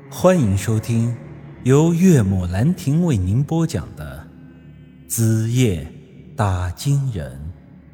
欢迎收听由岳母兰亭为您播讲的子夜打金人。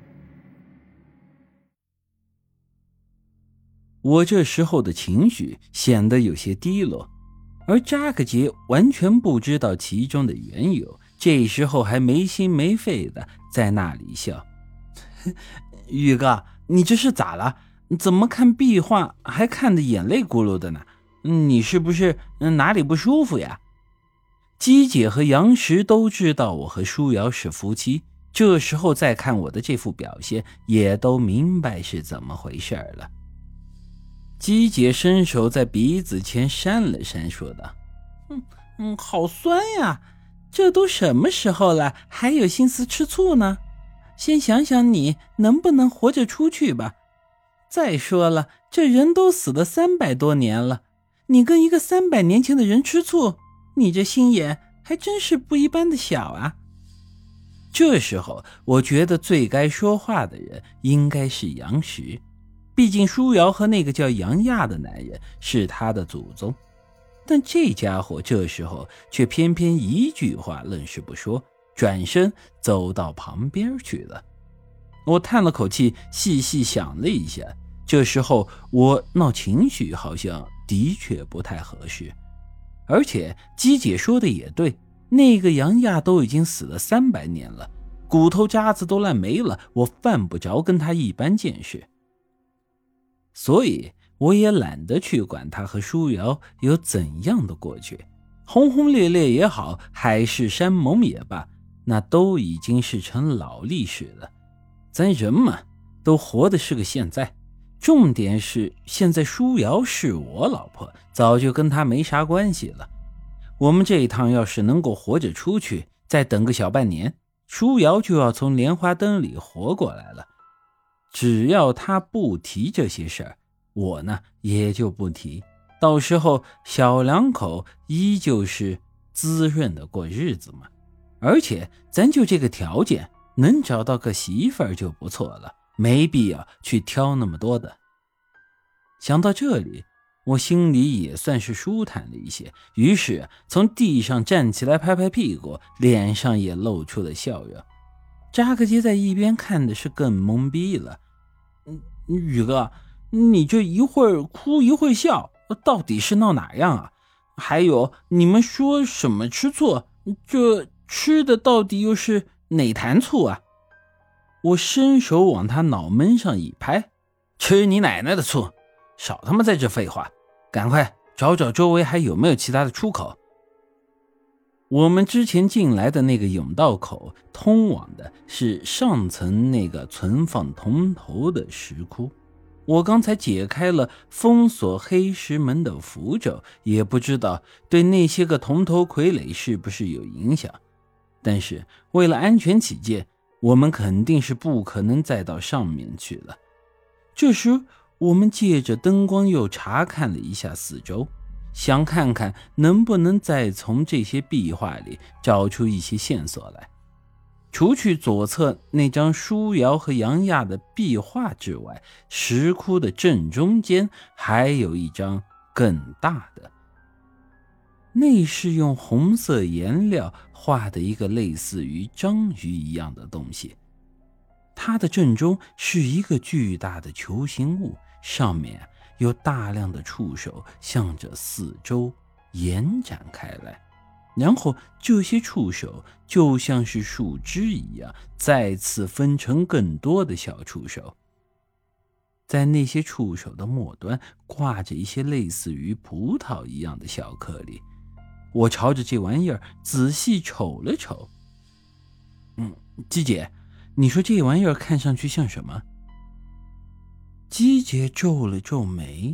我这时候的情绪显得有些低落，而扎克杰完全不知道其中的缘由，这时候还没心没肺的在那里笑。宇哥，你这是咋了？怎么看壁画还看得眼泪咕噜的呢？你是不是哪里不舒服呀？姬姐和杨石都知道我和舒瑶是夫妻，这时候再看我的这副表现，也都明白是怎么回事了。姬姐伸手在鼻子前扇了扇，说道：好酸呀，这都什么时候了，还有心思吃醋呢？先想想你能不能活着出去吧。再说了，这人都死了300多年了，你跟一个300年前的人吃醋，你这心眼还真是不一般的小啊。这时候我觉得最该说话的人应该是杨石，毕竟舒瑶和那个叫杨亚的男人是他的祖宗，但这家伙这时候却偏偏一句话愣是不说，转身走到旁边去了。我叹了口气，细细想了一下，这时候我闹情绪好像的确不太合适。而且姬姐说的也对，那个杨亚都已经死了300年了，骨头渣子都烂没了，我犯不着跟他一般见识。所以我也懒得去管他和舒瑶有怎样的过去，轰轰烈烈也好，海誓山盟也罢，那都已经是成老历史了。咱人嘛，都活的是个现在，重点是现在舒瑶是我老婆，早就跟她没啥关系了。我们这一趟要是能够活着出去，再等个小半年，舒瑶就要从莲花灯里活过来了。只要她不提这些事儿，我呢也就不提，到时候小两口依旧是滋润的过日子嘛。而且咱就这个条件，能找到个媳妇儿就不错了，没必要去挑那么多的。想到这里，我心里也算是舒坦了一些，于是从地上站起来，拍拍屁股，脸上也露出了笑容。扎克杰在一边看的是更懵逼了。宇哥，你这一会儿哭一会儿笑，到底是闹哪样啊？还有你们说什么吃醋，这吃的到底又是哪坛醋啊？我伸手往他脑门上一拍，吃你奶奶的醋，少他妈在这废话，赶快找找周围还有没有其他的出口。我们之前进来的那个甬道口通往的是上层那个存放铜头的石窟，我刚才解开了封锁黑石门的符咒，也不知道对那些个铜头傀儡是不是有影响，但是为了安全起见，我们肯定是不可能再到上面去了。这时我们借着灯光又查看了一下四周，想看看能不能再从这些壁画里找出一些线索来。除去左侧那张舒瑶和杨亚的壁画之外，石窟的正中间还有一张更大的，那是用红色颜料画的一个类似于章鱼一样的东西，它的正中是一个巨大的球形物，上面有大量的触手向着四周延展开来，然后这些触手就像是树枝一样再次分成更多的小触手，在那些触手的末端挂着一些类似于葡萄一样的小颗粒。我朝着这玩意儿仔细瞅了瞅。姬姐，你说这玩意儿看上去像什么？姬姐皱了皱眉。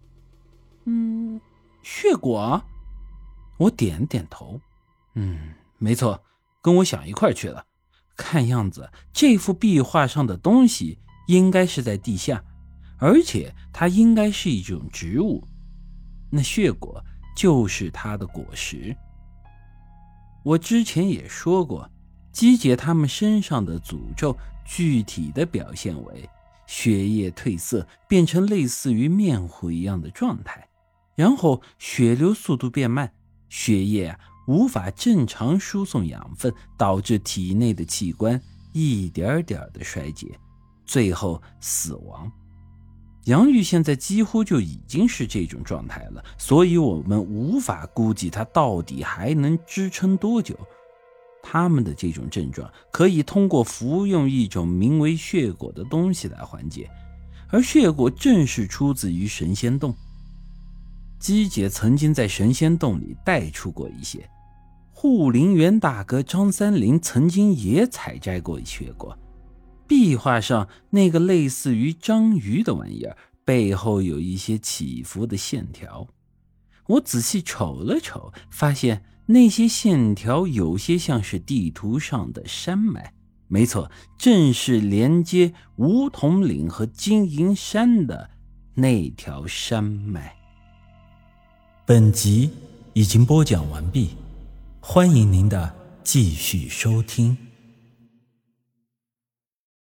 血果？我点点头。没错，跟我想一块去了。看样子这幅壁画上的东西应该是在地下，而且它应该是一种植物，那血果就是它的果实。我之前也说过，姬姐他们身上的诅咒具体的表现为血液褪色，变成类似于面糊一样的状态， 然后血流速度变慢，血液无法正常输送养分，导致体内的器官一点点的衰竭，最后死亡。杨玉现在几乎就已经是这种状态了，所以我们无法估计他到底还能支撑多久。他们的这种症状可以通过服用一种名为血果的东西来缓解，而血果正是出自于神仙洞。姬姐曾经在神仙洞里带出过一些，护林员大哥张三林曾经也采摘过血果。壁画上那个类似于章鱼的玩意儿，背后有一些起伏的线条。我仔细瞅了瞅，发现那些线条有些像是地图上的山脉。没错，正是连接梧桐岭和金银山的那条山脉。 本集已经播讲完毕，欢迎您的继续收听。